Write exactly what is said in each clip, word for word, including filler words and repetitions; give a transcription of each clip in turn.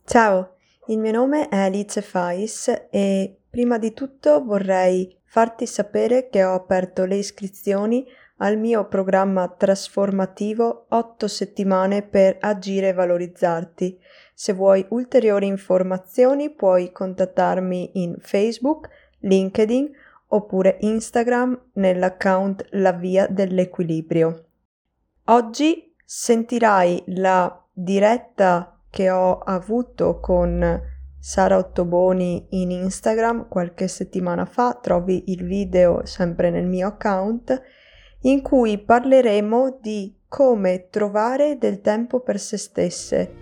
Ciao, il mio nome è Alice Fais e prima di tutto vorrei farti sapere che ho aperto le iscrizioni al mio programma trasformativo otto settimane per agire e valorizzarti. Se vuoi ulteriori informazioni puoi contattarmi in Facebook, LinkedIn oppure Instagram nell'account La Via dell'Equilibrio. Oggi sentirai la diretta che ho avuto con Sara Ottoboni in Instagram qualche settimana fa, trovi il video sempre nel mio account, in cui parleremo di come trovare del tempo per se stesse.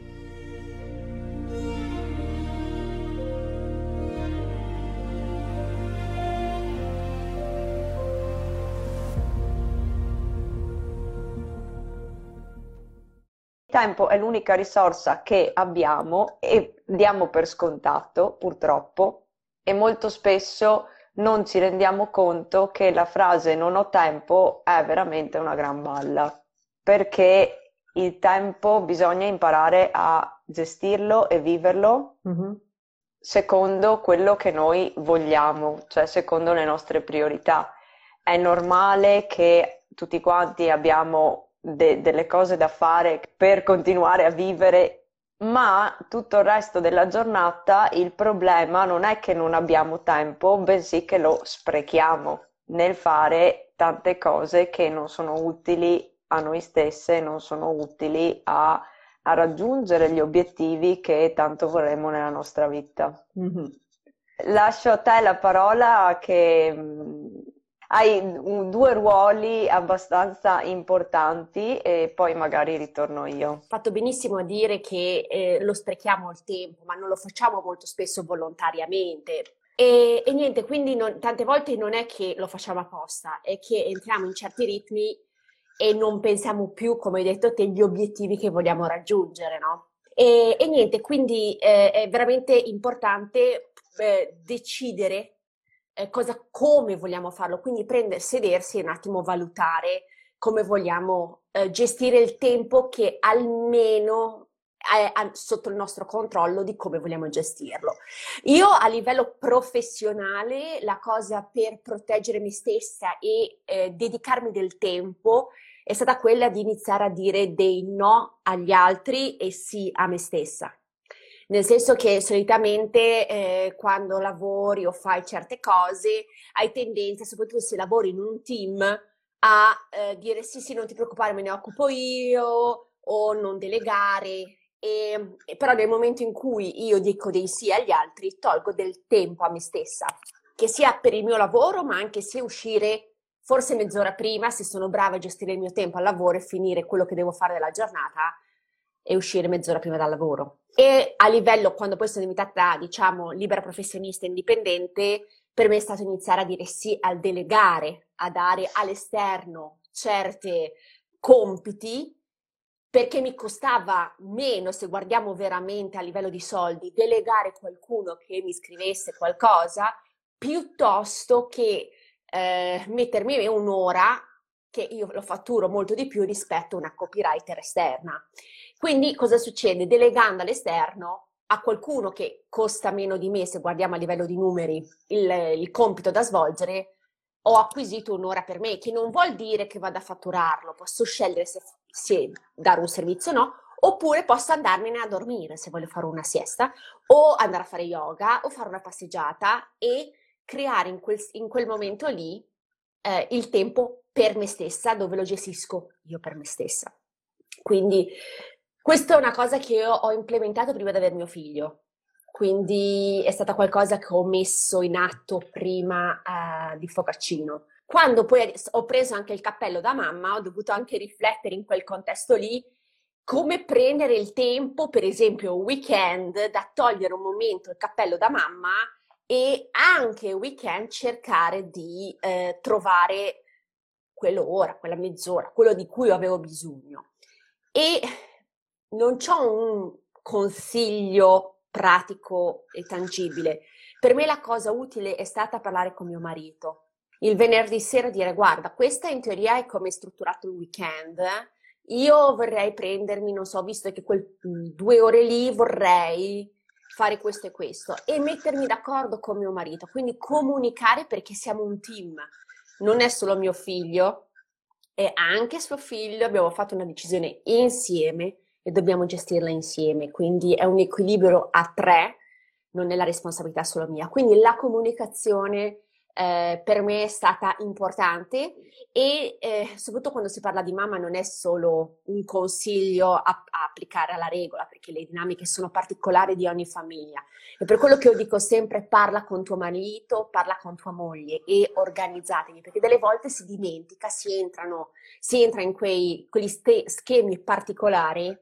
Il tempo è l'unica risorsa che abbiamo e diamo per scontato, purtroppo, e molto spesso non ci rendiamo conto che la frase non ho tempo è veramente una gran balla, perché il tempo bisogna imparare a gestirlo e viverlo Mhm. secondo quello che noi vogliamo, cioè secondo le nostre priorità. È normale che tutti quanti abbiamo de- delle cose da fare per continuare a vivere, ma tutto il resto della giornata il problema non è che non abbiamo tempo, bensì che lo sprechiamo nel fare tante cose che non sono utili a noi stesse, non sono utili a a raggiungere gli obiettivi che tanto vorremmo nella nostra vita. Mhm. Lascio a te la parola che mh, hai un- due ruoli abbastanza importanti e poi magari ritorno io. Fatto benissimo a dire che eh, lo sprechiamo il tempo, ma non lo facciamo molto spesso volontariamente. E, e niente, quindi non- tante volte non è che lo facciamo apposta, è che entriamo in certi ritmi e non pensiamo più, come hai detto te, gli obiettivi che vogliamo raggiungere, no? E, e niente, quindi eh, è veramente importante eh, decidere eh, cosa, come vogliamo farlo, quindi prendere, sedersi e un attimo valutare come vogliamo eh, gestire il tempo che almeno è a- sotto il nostro controllo di come vogliamo gestirlo. Io a livello professionale la cosa per proteggere me stessa e eh, dedicarmi del tempo è stata quella di iniziare a dire dei no agli altri e sì a me stessa. Nel senso che solitamente eh, quando lavori o fai certe cose hai tendenza, soprattutto se lavori in un team, a eh, dire sì sì non ti preoccupare me ne occupo io o non delegare e, e però nel momento in cui io dico dei sì agli altri tolgo del tempo a me stessa che sia per il mio lavoro ma anche se uscire forse mezz'ora prima se sono brava a gestire il mio tempo al lavoro e finire quello che devo fare della giornata e uscire mezz'ora prima dal lavoro. E a livello, quando poi sono diventata, diciamo, libera professionista indipendente, per me è stato iniziare a dire sì al delegare, a dare all'esterno certe compiti, perché mi costava meno, se guardiamo veramente a livello di soldi, delegare qualcuno che mi scrivesse qualcosa, piuttosto che eh, mettermi un'ora, che io lo fatturo molto di più rispetto a una copywriter esterna. Quindi cosa succede? Delegando all'esterno a qualcuno che costa meno di me, se guardiamo a livello di numeri, il, il compito da svolgere, ho acquisito un'ora per me, che non vuol dire che vado a fatturarlo, posso scegliere se, se dare un servizio o no, oppure posso andarmene a dormire se voglio fare una siesta, o andare a fare yoga, o fare una passeggiata e creare in quel, in quel momento lì eh, il tempo per me stessa, dove lo gestisco io per me stessa. Quindi questa è una cosa che io ho implementato prima di avere mio figlio, quindi è stata qualcosa che ho messo in atto prima uh, di Focaccino. Quando poi ho preso anche il cappello da mamma, ho dovuto anche riflettere in quel contesto lì come prendere il tempo, per esempio un weekend, da togliere un momento il cappello da mamma e anche un weekend cercare di eh, trovare quell'ora, quella mezz'ora, quello di cui avevo bisogno. E non c'ho un consiglio pratico e tangibile. Per me la cosa utile è stata parlare con mio marito. Il venerdì sera dire guarda, questa in teoria è come è strutturato il weekend. Io vorrei prendermi, non so, visto che quel due ore lì vorrei fare questo e questo e mettermi d'accordo con mio marito, quindi comunicare perché siamo un team, non è solo mio figlio, è anche suo figlio, abbiamo fatto una decisione insieme e dobbiamo gestirla insieme, quindi è un equilibrio a tre, non è la responsabilità solo mia, quindi la comunicazione eh, per me è stata importante e eh, soprattutto quando si parla di mamma non è solo un consiglio a, a applicare alla regola, perché le dinamiche sono particolari di ogni famiglia. E per quello che io dico sempre, parla con tuo marito, parla con tua moglie e organizzatevi, perché delle volte si dimentica, si entrano, si entra in quei, quegli ste- schemi particolari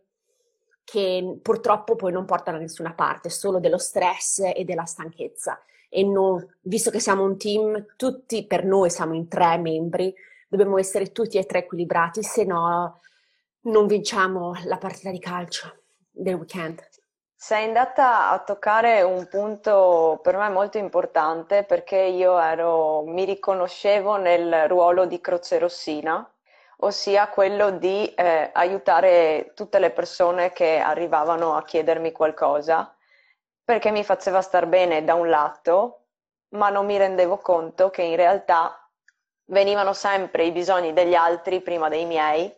che purtroppo poi non portano da nessuna parte, solo dello stress e della stanchezza. E non, visto che siamo un team, tutti per noi siamo in tre membri, dobbiamo essere tutti e tre equilibrati, se no non vinciamo la partita di calcio del weekend. Sei andata a toccare un punto per me molto importante perché io ero, mi riconoscevo nel ruolo di crocerossina, ossia quello di eh, aiutare tutte le persone che arrivavano a chiedermi qualcosa, perché mi faceva star bene da un lato, ma non mi rendevo conto che in realtà venivano sempre i bisogni degli altri prima dei miei.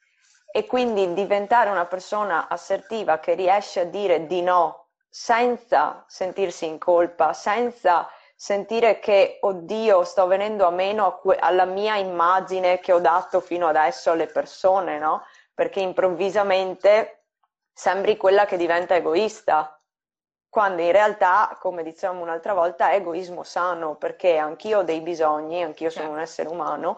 E quindi diventare una persona assertiva che riesce a dire di no senza sentirsi in colpa, senza sentire che, oddio, sto venendo a meno a que- alla mia immagine che ho dato fino adesso alle persone, no? Perché improvvisamente sembri quella che diventa egoista, quando in realtà, come dicevamo un'altra volta, è egoismo sano, perché anch'io ho dei bisogni, anch'io sono un essere umano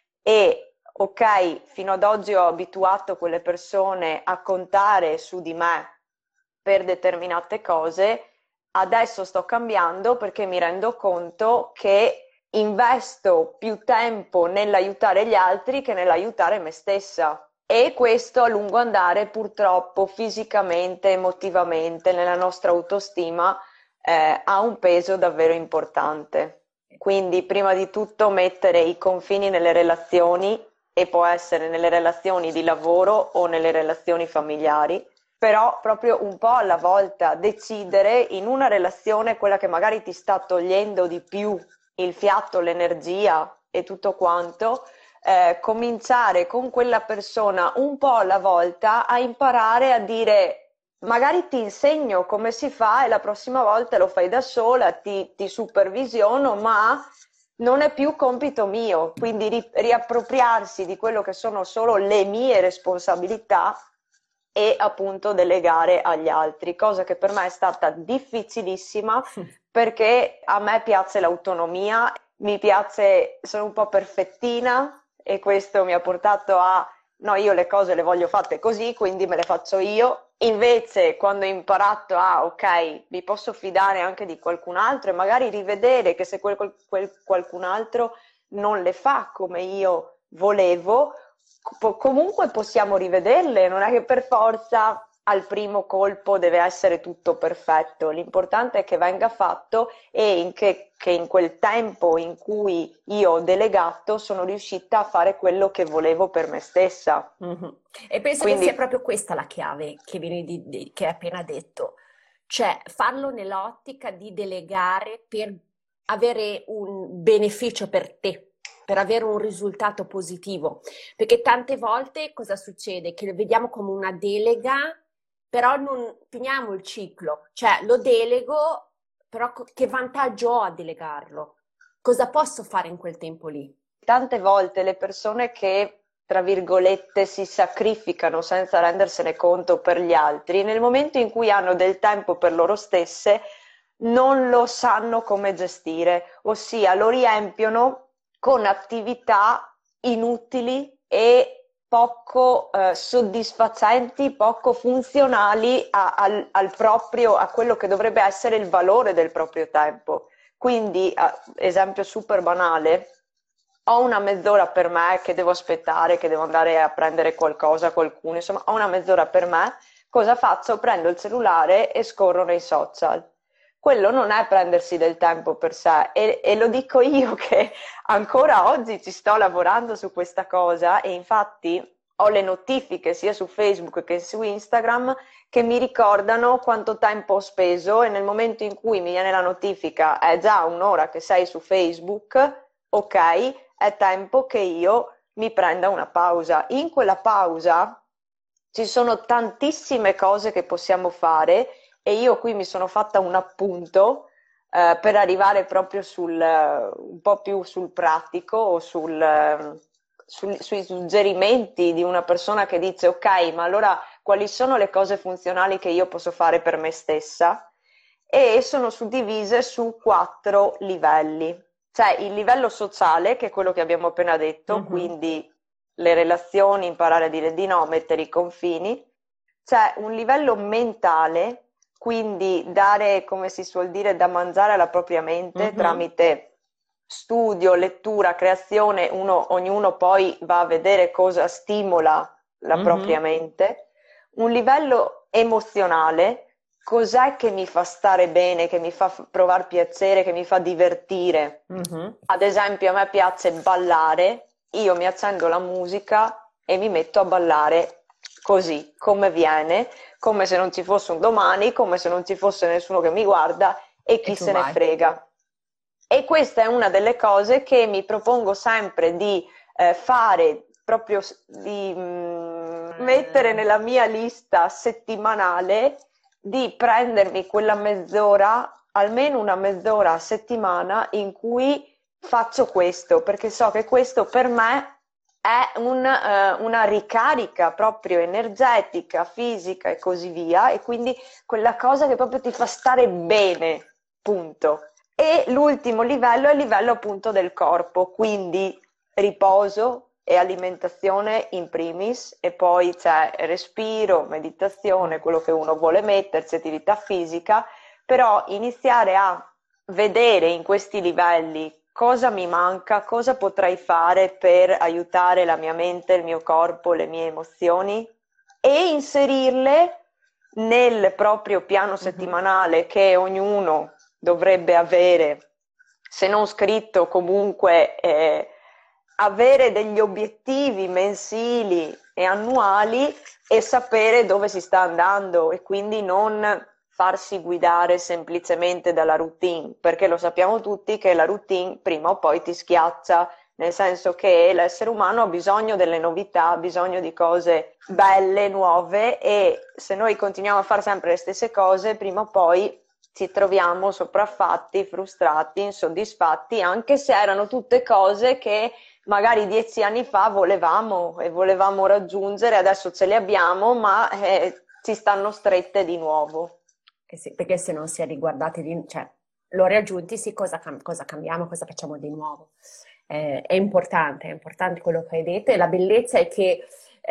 e ok, fino ad oggi ho abituato quelle persone a contare su di me per determinate cose, adesso sto cambiando perché mi rendo conto che investo più tempo nell'aiutare gli altri che nell'aiutare me stessa. E questo a lungo andare purtroppo fisicamente, emotivamente, nella nostra autostima eh, ha un peso davvero importante. Quindi prima di tutto mettere i confini nelle relazioni, e può essere nelle relazioni di lavoro o nelle relazioni familiari, però proprio un po' alla volta decidere in una relazione quella che magari ti sta togliendo di più il fiato, l'energia e tutto quanto, eh, cominciare con quella persona un po' alla volta a imparare a dire magari ti insegno come si fa e la prossima volta lo fai da sola, ti, ti supervisiono, ma non è più compito mio, quindi ri- riappropriarsi di quello che sono solo le mie responsabilità e appunto delegare agli altri, cosa che per me è stata difficilissima perché a me piace l'autonomia, mi piace, sono un po' perfettina e questo mi ha portato a no, io le cose le voglio fatte così, quindi me le faccio io. Invece, quando ho imparato a, ok, mi posso fidare anche di qualcun altro e magari rivedere che se quel, quel qualcun altro non le fa come io volevo, co- comunque possiamo rivederle, non è che per forza al primo colpo deve essere tutto perfetto, l'importante è che venga fatto e in che, che in quel tempo in cui io ho delegato sono riuscita a fare quello che volevo per me stessa. Mm-hmm. E penso Quindi, che sia proprio questa la chiave che, viene di, di, che hai appena detto, cioè farlo nell'ottica di delegare per avere un beneficio per te, per avere un risultato positivo, perché tante volte cosa succede? Che lo vediamo come una delega, però non finiamo il ciclo, cioè lo delego, però che vantaggio ho a delegarlo? Cosa posso fare in quel tempo lì? Tante volte le persone che, tra virgolette, si sacrificano senza rendersene conto per gli altri, nel momento in cui hanno del tempo per loro stesse, non lo sanno come gestire, ossia lo riempiono con attività inutili e poco eh, soddisfacenti, poco funzionali a, al, al proprio, a quello che dovrebbe essere il valore del proprio tempo. Quindi, eh, esempio super banale, ho una mezz'ora per me che devo aspettare, che devo andare a prendere qualcosa, qualcuno, insomma, ho una mezz'ora per me, cosa faccio? Prendo il cellulare e scorro nei social. Quello non è prendersi del tempo per sé e, e lo dico io che ancora oggi ci sto lavorando su questa cosa e infatti ho le notifiche sia su Facebook che su Instagram che mi ricordano quanto tempo ho speso, e nel momento in cui mi viene la notifica è già un'ora che sei su Facebook, ok, è tempo che io mi prenda una pausa. In quella pausa ci sono tantissime cose che possiamo fare, e io qui mi sono fatta un appunto eh, per arrivare proprio sul, un po' più sul pratico o sul, sul, sui suggerimenti di una persona che dice ok, ma allora quali sono le cose funzionali che io posso fare per me stessa? E sono suddivise su quattro livelli. C'è il livello sociale, che è quello che abbiamo appena detto, Mhm. quindi le relazioni, imparare a dire di no, mettere i confini. C'è un livello mentale, quindi dare, come si suol dire, da mangiare alla propria mente Mhm. tramite studio, lettura, creazione. Uno, ognuno poi va a vedere cosa stimola la Mhm. propria mente. Un livello emozionale, cos'è che mi fa stare bene, che mi fa f- provare piacere, che mi fa divertire. Mhm. Ad esempio, a me piace ballare, io mi accendo la musica e mi metto a ballare così, come viene, come se non ci fosse un domani, come se non ci fosse nessuno che mi guarda e E chi tu se ne vai. frega. E questa è una delle cose che mi propongo sempre di eh, fare, proprio s- di mm, mettere nella mia lista settimanale, di prendermi quella mezz'ora, almeno una mezz'ora a settimana in cui faccio questo, perché so che questo per me è un, eh, una ricarica proprio energetica, fisica e così via, e quindi quella cosa che proprio ti fa stare bene, punto. E l'ultimo livello è il livello appunto del corpo, quindi riposo e alimentazione in primis, e poi c'è respiro, meditazione, quello che uno vuole mettersi, attività fisica, però iniziare a vedere in questi livelli cosa mi manca, cosa potrei fare per aiutare la mia mente, il mio corpo, le mie emozioni, e inserirle nel proprio piano settimanale che ognuno dovrebbe avere, se non scritto comunque eh, avere degli obiettivi mensili e annuali e sapere dove si sta andando, e quindi non farsi guidare semplicemente dalla routine, perché lo sappiamo tutti che la routine prima o poi ti schiaccia, nel senso che l'essere umano ha bisogno delle novità, ha bisogno di cose belle, nuove, e se noi continuiamo a fare sempre le stesse cose, prima o poi ci troviamo sopraffatti, frustrati, insoddisfatti, anche se erano tutte cose che magari dieci anni fa volevamo e volevamo raggiungere, adesso ce le abbiamo, ma eh, ci stanno strette di nuovo. Eh sì, perché se non si è riguardati, di, cioè, l'ho raggiunti, sì, cosa, cam- cosa cambiamo, cosa facciamo di nuovo? Eh, è importante, è importante quello che hai detto, e la bellezza è che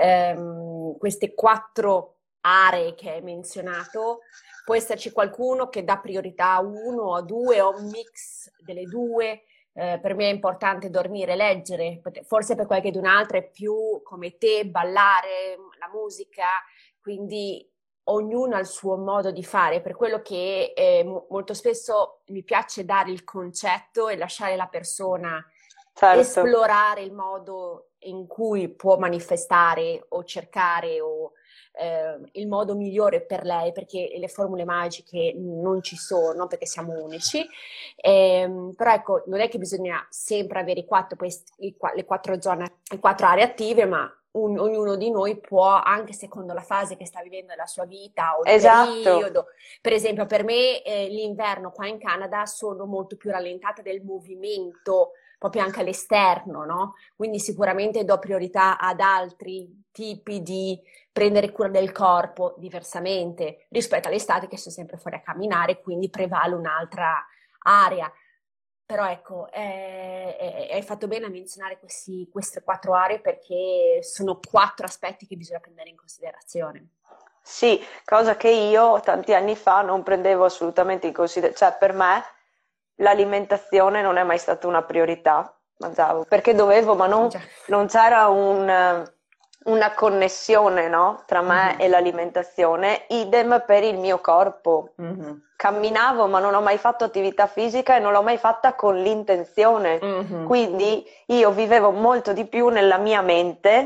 ehm, queste quattro aree che hai menzionato, può esserci qualcuno che dà priorità a uno, a due, o un mix delle due. Eh, per me è importante dormire, leggere, forse per qualche d'un altro è più come te, ballare, la musica, quindi ognuno ha il suo modo di fare, per quello che eh, mo- molto spesso mi piace dare il concetto e lasciare la persona Certo. esplorare il modo in cui può manifestare o cercare o eh, il modo migliore per lei, perché le formule magiche non ci sono, perché siamo unici. Ehm, però ecco, non è che bisogna sempre avere i quattro, questi, i, qua- le quattro zone, le quattro aree attive, ma un- ognuno di noi può, anche secondo la fase che sta vivendo nella sua vita o il Esatto. periodo. Per esempio, per me eh, l'inverno qua in Canada sono molto più rallentata del movimento, proprio anche all'esterno, no? Quindi sicuramente do priorità ad altri tipi di prendere cura del corpo diversamente rispetto all'estate, che sono sempre fuori a camminare, quindi prevale un'altra area. Però ecco, eh, eh, hai fatto bene a menzionare questi, queste quattro aree, perché sono quattro aspetti che bisogna prendere in considerazione. Sì, cosa che io tanti anni fa non prendevo assolutamente in considerazione, cioè per me l'alimentazione non è mai stata una priorità, mangiavo perché dovevo, ma non, Già. non c'era un, eh, una connessione, no, tra me Mhm. e l'alimentazione, idem per il mio corpo. Mhm. Camminavo, ma non ho mai fatto attività fisica e non l'ho mai fatta con l'intenzione. Mhm. Quindi io vivevo molto di più nella mia mente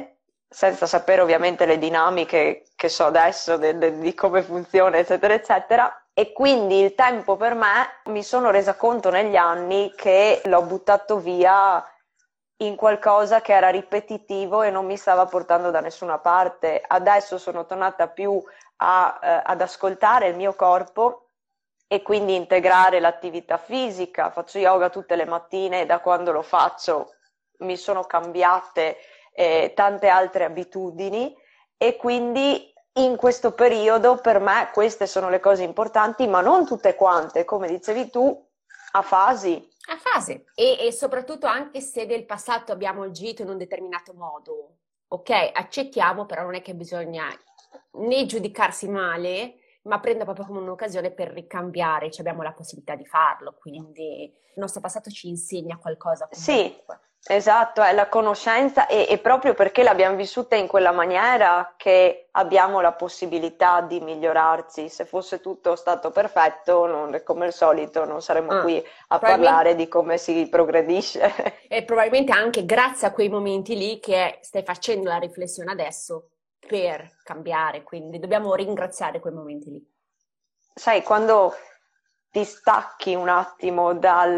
senza sapere ovviamente le dinamiche che so adesso de- de- di come funziona, eccetera, eccetera. E quindi il tempo per me, mi sono resa conto negli anni che l'ho buttato via in qualcosa che era ripetitivo e non mi stava portando da nessuna parte. Adesso sono tornata più a, eh, ad ascoltare il mio corpo e quindi integrare l'attività fisica. Faccio yoga tutte le mattine e da quando lo faccio mi sono cambiate eh, tante altre abitudini, e quindi in questo periodo per me queste sono le cose importanti, ma non tutte quante, come dicevi tu, a fasi. A fase. E, e soprattutto anche se nel passato abbiamo agito in un determinato modo, ok, accettiamo, però non è che bisogna né giudicarsi male, ma prende proprio come un'occasione per ricambiare, cioè abbiamo la possibilità di farlo, quindi il nostro passato ci insegna qualcosa Sì, comunque. esatto, è la conoscenza e, e proprio perché l'abbiamo vissuta in quella maniera che abbiamo la possibilità di migliorarci. Se fosse tutto stato perfetto, non, come al solito, non saremmo Ah, qui a probabilmente, parlare di come si progredisce. e probabilmente anche grazie a quei momenti lì che stai facendo la riflessione adesso per cambiare, quindi dobbiamo ringraziare quei momenti lì. Sai, quando ti stacchi un attimo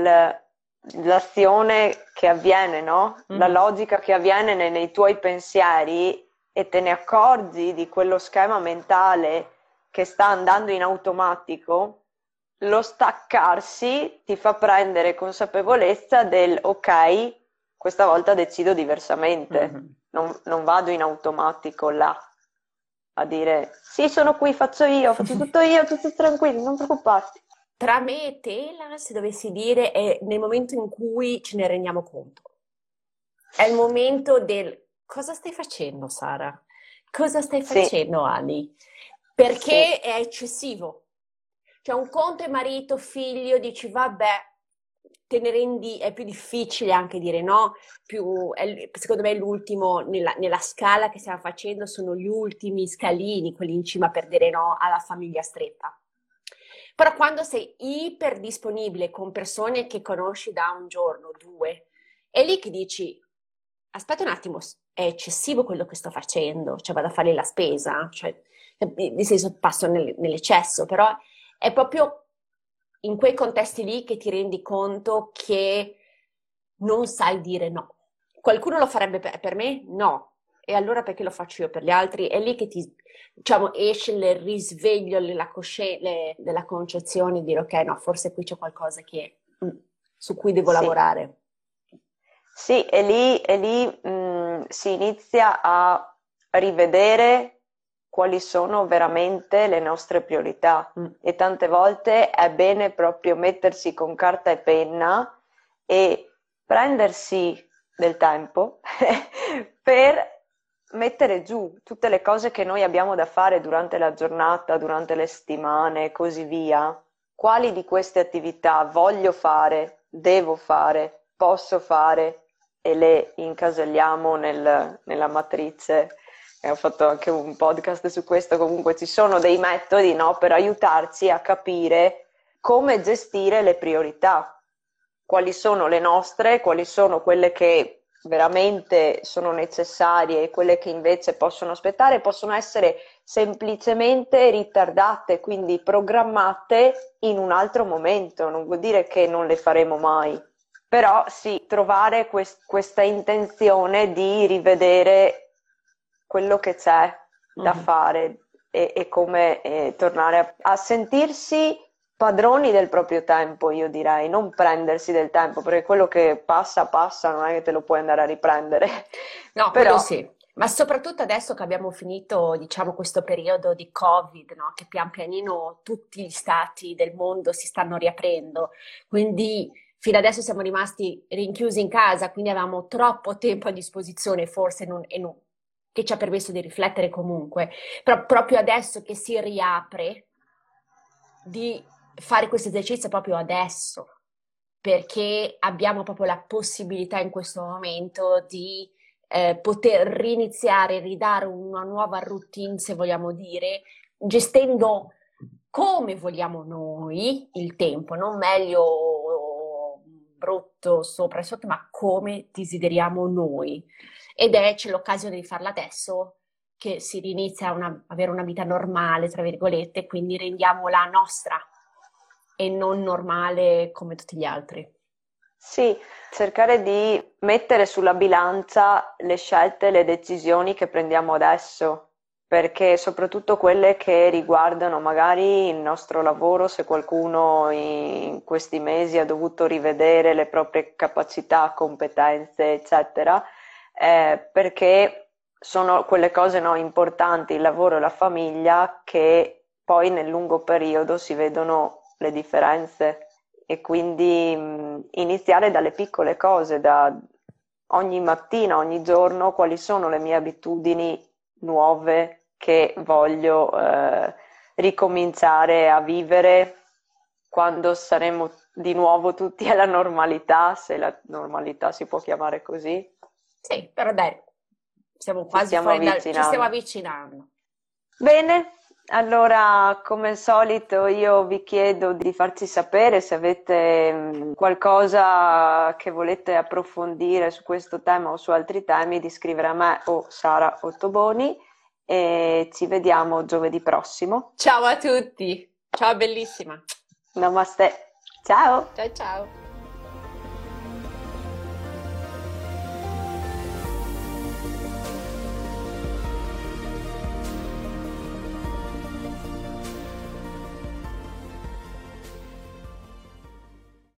dall'azione che avviene, no? La Mhm. logica che avviene nei, nei tuoi pensieri e te ne accorgi di quello schema mentale che sta andando in automatico, lo staccarsi ti fa prendere consapevolezza del ok, questa volta decido diversamente, Mhm. non, non vado in automatico là a dire sì, sono qui, faccio io, faccio tutto io, tutto tranquillo, non preoccuparti. Tra me e te, la, se dovessi dire, è nel momento in cui ce ne rendiamo conto. È il momento del cosa stai facendo, Sara? Cosa stai Sì, facendo, Ali? sì, Perché è eccessivo. Cioè, un conto è marito, figlio, dici vabbè, te ne rendi, è più difficile anche dire no, più, è- secondo me è l'ultimo, nella, nella scala che stiamo facendo, sono gli ultimi scalini, quelli in cima per dire no alla famiglia stretta. Però quando sei iper disponibile con persone che conosci da un giorno, due, è lì che dici, aspetta un attimo, è eccessivo quello che sto facendo, cioè vado a fare la spesa, cioè, nel senso passo nel- nell'eccesso, però è proprio in quei contesti lì che ti rendi conto che non sai dire no. Qualcuno lo farebbe per, per me? No. E allora perché lo faccio io per gli altri? È lì che ti, diciamo, esce il risveglio della, cosci- le- della concezione di dire ok, no, forse qui c'è qualcosa che, mm, su cui devo sì. lavorare. Sì, e lì, e lì mh, si inizia a rivedere quali sono veramente le nostre priorità, Mm. e tante volte è bene proprio mettersi con carta e penna e prendersi del tempo per mettere giù tutte le cose che noi abbiamo da fare durante la giornata, durante le settimane e così via. Quali di queste attività voglio fare, devo fare, posso fare, e le incaselliamo nel- nella matrice. E ho fatto anche un podcast su questo. Comunque ci sono dei metodi, no, per aiutarci a capire come gestire le priorità, quali sono le nostre, quali sono quelle che veramente sono necessarie e quelle che invece possono aspettare, possono essere semplicemente ritardate, quindi programmate in un altro momento. Non vuol dire che non le faremo mai, però sì, trovare quest- questa intenzione di rivedere quello che c'è da Mhm. fare e, e come eh, tornare a, a sentirsi padroni del proprio tempo, io direi, non prendersi del tempo, perché quello che passa, passa, non è che te lo puoi andare a riprendere. No, quello Però sì, ma soprattutto adesso che abbiamo finito, diciamo, questo periodo di Covid, no? Che pian pianino tutti gli stati del mondo si stanno riaprendo, quindi fino adesso siamo rimasti rinchiusi in casa, quindi avevamo troppo tempo a disposizione, forse, non- e non- che ci ha permesso di riflettere comunque, però proprio adesso che si riapre, di fare questo esercizio proprio adesso, perché abbiamo proprio la possibilità in questo momento di eh, poter riniziare, ridare una nuova routine, se vogliamo dire, gestendo come vogliamo noi il tempo, non meglio brutto sopra e sotto, ma come desideriamo noi. ed è c'è l'occasione di farla adesso, che si inizia a una, avere una vita normale, tra virgolette, quindi rendiamola nostra e non normale come tutti gli altri. Sì, cercare di mettere sulla bilancia le scelte e le decisioni che prendiamo adesso, perché soprattutto quelle che riguardano magari il nostro lavoro, se qualcuno in questi mesi ha dovuto rivedere le proprie capacità, competenze, eccetera, eh, perché sono quelle cose, no, importanti, il lavoro e la famiglia, che poi nel lungo periodo si vedono le differenze. E quindi mh, iniziare dalle piccole cose, da ogni mattina, ogni giorno, quali sono le mie abitudini nuove che voglio eh, ricominciare a vivere quando saremo di nuovo tutti alla normalità, se la normalità si può chiamare così. Sì, però dai, siamo Ci quasi stiamo fuori dal, ci stiamo avvicinando. avvicinando. Bene, allora come al solito io vi chiedo di farci sapere se avete mh, qualcosa che volete approfondire su questo tema o su altri temi, di scrivere a me o Sara Ottoboni, e ci vediamo giovedì prossimo. Ciao a tutti, ciao bellissima. Namaste, ciao! Ciao ciao.